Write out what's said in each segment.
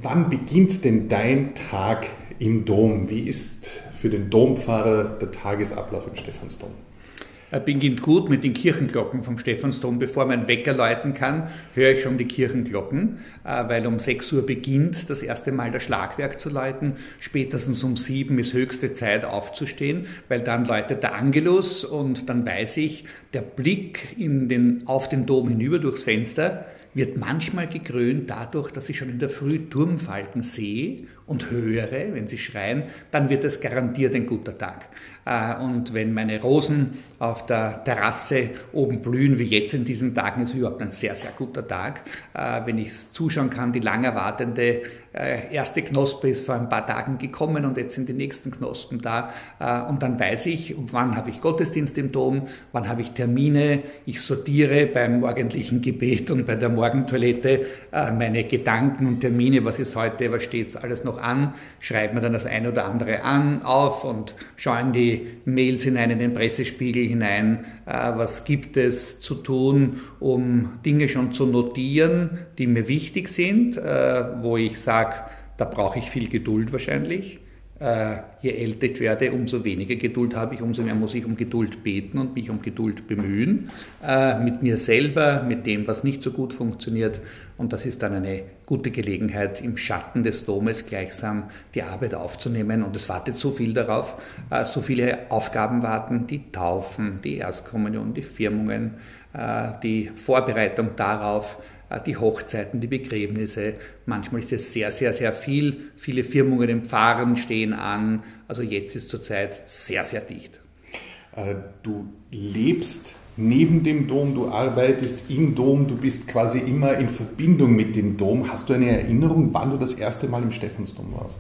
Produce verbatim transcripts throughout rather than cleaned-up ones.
wann beginnt denn dein Tag im Dom? Wie ist für den Dompfarrer der Tagesablauf im Stephansdom? Er beginnt gut mit den Kirchenglocken vom Stephansdom. Bevor mein Wecker läuten kann, höre ich schon die Kirchenglocken, weil um sechs Uhr beginnt das erste Mal das Schlagwerk zu läuten. Spätestens um sieben ist höchste Zeit aufzustehen, weil dann läutet der Angelus und dann weiß ich, der Blick in den, auf den Dom hinüber durchs Fenster wird manchmal gekrönt dadurch, dass ich schon in der Früh Turmfalken sehe und höre, wenn sie schreien, dann wird es garantiert ein guter Tag. Und wenn meine Rosen auf der Terrasse oben blühen, wie jetzt in diesen Tagen, ist überhaupt ein sehr, sehr guter Tag. Wenn ich zuschauen kann, die lang erwartende erste Knospe ist vor ein paar Tagen gekommen und jetzt sind die nächsten Knospen da. Und dann weiß ich, wann habe ich Gottesdienst im Dom, wann habe ich Termine. Ich sortiere beim morgendlichen Gebet und bei der Morgentoilette meine Gedanken und Termine, was ist heute, was steht alles noch an, schreibe mir dann das eine oder andere an, auf und schaue in die Mails hinein, in den Pressespiegel hinein, was gibt es zu tun, um Dinge schon zu notieren, die mir wichtig sind, wo ich sage, da brauche ich viel Geduld wahrscheinlich. Äh, je älter ich werde, umso weniger Geduld habe ich, umso mehr muss ich um Geduld beten und mich um Geduld bemühen, äh, mit mir selber, mit dem, was nicht so gut funktioniert. Und das ist dann eine gute Gelegenheit, im Schatten des Domes gleichsam die Arbeit aufzunehmen. Und es wartet so viel darauf, äh, so viele Aufgaben warten, die Taufen, die Erstkommunion, die Firmungen, äh, die Vorbereitung darauf, die Hochzeiten, die Begräbnisse. Manchmal ist es sehr, sehr, sehr viel. Viele Firmungen im Pfarren stehen an. Also jetzt ist zurzeit sehr, sehr dicht. Du lebst neben dem Dom, du arbeitest im Dom, du bist quasi immer in Verbindung mit dem Dom. Hast du eine Erinnerung, wann du das erste Mal im Stephansdom warst?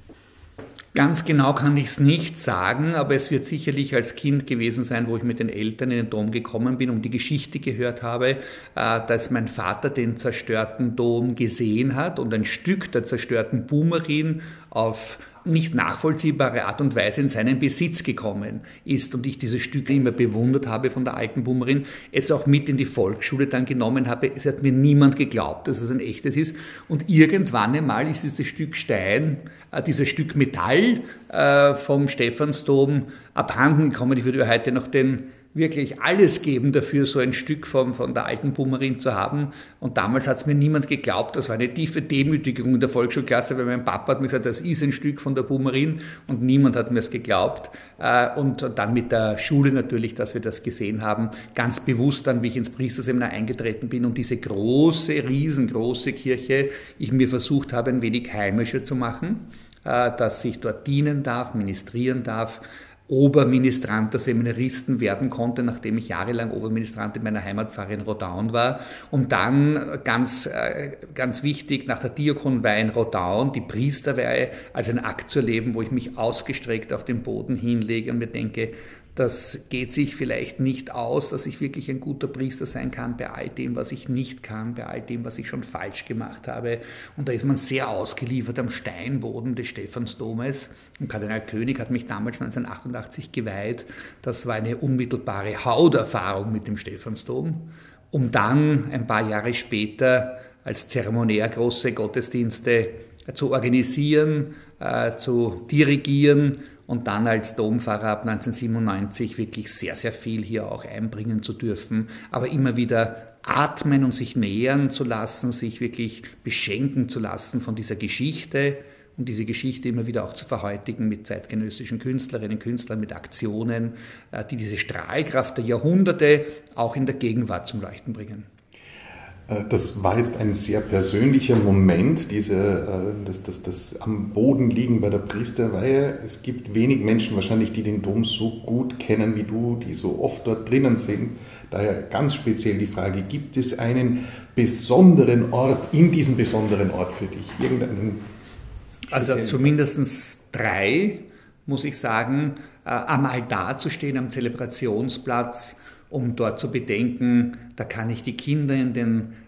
Ganz genau kann ich es nicht sagen, aber es wird sicherlich als Kind gewesen sein, wo ich mit den Eltern in den Dom gekommen bin und die Geschichte gehört habe, dass mein Vater den zerstörten Dom gesehen hat und ein Stück der zerstörten Boumerin auf nicht nachvollziehbare Art und Weise in seinen Besitz gekommen ist und ich diese Stücke immer bewundert habe von der alten Boumerin, es auch mit in die Volksschule dann genommen habe. Es hat mir niemand geglaubt, dass es ein echtes ist und irgendwann einmal ist dieses Stück Stein, äh, dieses Stück Metall äh, vom Stephansdom abhanden gekommen. Ich würde heute noch den wirklich alles geben dafür, so ein Stück von, von der alten Boumerin zu haben. Und damals hat es mir niemand geglaubt. Das war eine tiefe Demütigung in der Volksschulklasse, weil mein Papa hat mir gesagt, das ist ein Stück von der Boumerin und niemand hat mir es geglaubt. Und dann mit der Schule natürlich, dass wir das gesehen haben, ganz bewusst dann, wie ich ins Priesterseminar eingetreten bin und diese große, riesengroße Kirche, ich mir versucht habe, ein wenig heimischer zu machen, dass ich dort dienen darf, ministrieren darf, Oberministrant der Seminaristen werden konnte, nachdem ich jahrelang Oberministrant in meiner Heimatpfarre in Rodaun war. Und dann, ganz, ganz wichtig, nach der Diakonweihe in Rodaun, die Priesterweihe als ein Akt zu erleben, wo ich mich ausgestreckt auf den Boden hinlege und mir denke, das geht sich vielleicht nicht aus, dass ich wirklich ein guter Priester sein kann bei all dem, was ich nicht kann, bei all dem, was ich schon falsch gemacht habe. Und da ist man sehr ausgeliefert am Steinboden des Stephansdomes. Und Kardinal König hat mich damals neunzehnhundertachtundachtzig geweiht. Das war eine unmittelbare Hauterfahrung mit dem Stephansdom, um dann ein paar Jahre später als Zeremoniär große Gottesdienste zu organisieren, äh, zu dirigieren, und dann als Dompfarrer ab neunzehnhundertsiebenundneunzig wirklich sehr, sehr viel hier auch einbringen zu dürfen, aber immer wieder atmen und sich nähern zu lassen, sich wirklich beschenken zu lassen von dieser Geschichte und diese Geschichte immer wieder auch zu verhäutigen mit zeitgenössischen Künstlerinnen und Künstlern, mit Aktionen, die diese Strahlkraft der Jahrhunderte auch in der Gegenwart zum Leuchten bringen. Das war jetzt ein sehr persönlicher Moment, diese, das, das, das am Boden liegen bei der Priesterweihe. Es gibt wenig Menschen wahrscheinlich, die den Dom so gut kennen wie du, die so oft dort drinnen sind. Daher ganz speziell die Frage, gibt es einen besonderen Ort in diesem besonderen Ort für dich? Irgendeinen also zumindest drei, muss ich sagen, am Altar zu stehen, am Zelebrationsplatz, um dort zu bedenken, da kann ich die Kinder in den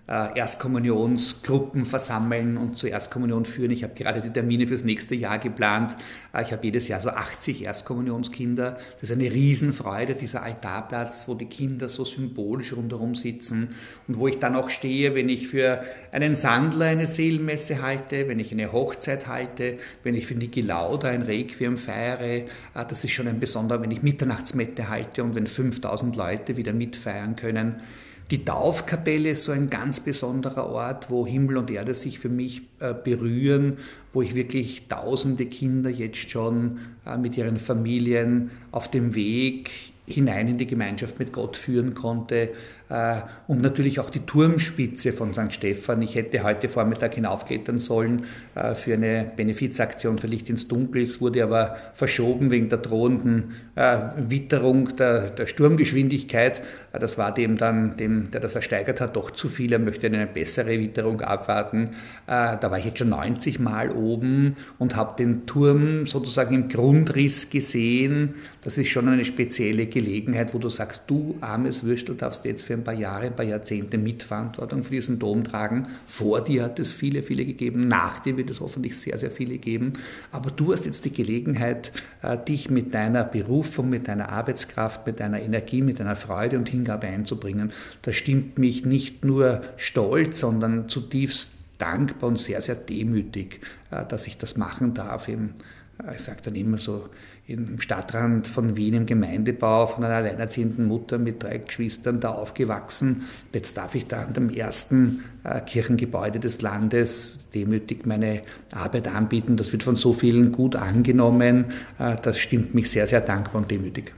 Erstkommunionsgruppen versammeln und zur Erstkommunion führen. Ich habe gerade die Termine fürs nächste Jahr geplant. Ich habe jedes Jahr so achtzig Erstkommunionskinder. Das ist eine Riesenfreude, dieser Altarplatz, wo die Kinder so symbolisch rundherum sitzen und wo ich dann auch stehe, wenn ich für einen Sandler eine Seelenmesse halte, wenn ich eine Hochzeit halte, wenn ich für Niki Lauda ein Requiem feiere. Das ist schon ein besonderer, wenn ich Mitternachtsmette halte und wenn fünftausend Leute wieder mitfeiern können. Die Taufkapelle ist so ein ganz besonderer Ort, wo Himmel und Erde sich für mich äh, berühren, wo ich wirklich tausende Kinder jetzt schon äh, mit ihren Familien auf dem Weg hinein in die Gemeinschaft mit Gott führen konnte. Äh, und natürlich auch die Turmspitze von Sankt Stephan. Ich hätte heute Vormittag hinaufklettern sollen äh, für eine Benefizaktion für Licht ins Dunkel. Es wurde aber verschoben wegen der drohenden äh, Witterung der, der Sturmgeschwindigkeit. Äh, das war dem dann, dem, der das ersteigert hat, doch zu viel. Er möchte eine bessere Witterung abwarten. Äh, da war ich jetzt schon neunzig Mal oben und habe den Turm sozusagen im Grundriss gesehen. Das ist schon eine spezielle Gelegenheit, wo du sagst, du armes Würstel darfst jetzt für ein paar Jahre, ein paar Jahrzehnte Mitverantwortung für diesen Dom tragen. Vor dir hat es viele, viele gegeben, nach dir wird es hoffentlich sehr, sehr viele geben. Aber du hast jetzt die Gelegenheit, dich mit deiner Berufung, mit deiner Arbeitskraft, mit deiner Energie, mit deiner Freude und Hingabe einzubringen. Das stimmt mich nicht nur stolz, sondern zutiefst dankbar und sehr, sehr demütig, dass ich das machen darf. Ich sage dann immer so, im Stadtrand von Wien im Gemeindebau von einer alleinerziehenden Mutter mit drei Geschwistern da aufgewachsen. Jetzt darf ich da an dem ersten äh, Kirchengebäude des Landes demütig meine Arbeit anbieten. Das wird von so vielen gut angenommen. Äh, das stimmt mich sehr, sehr dankbar und demütig.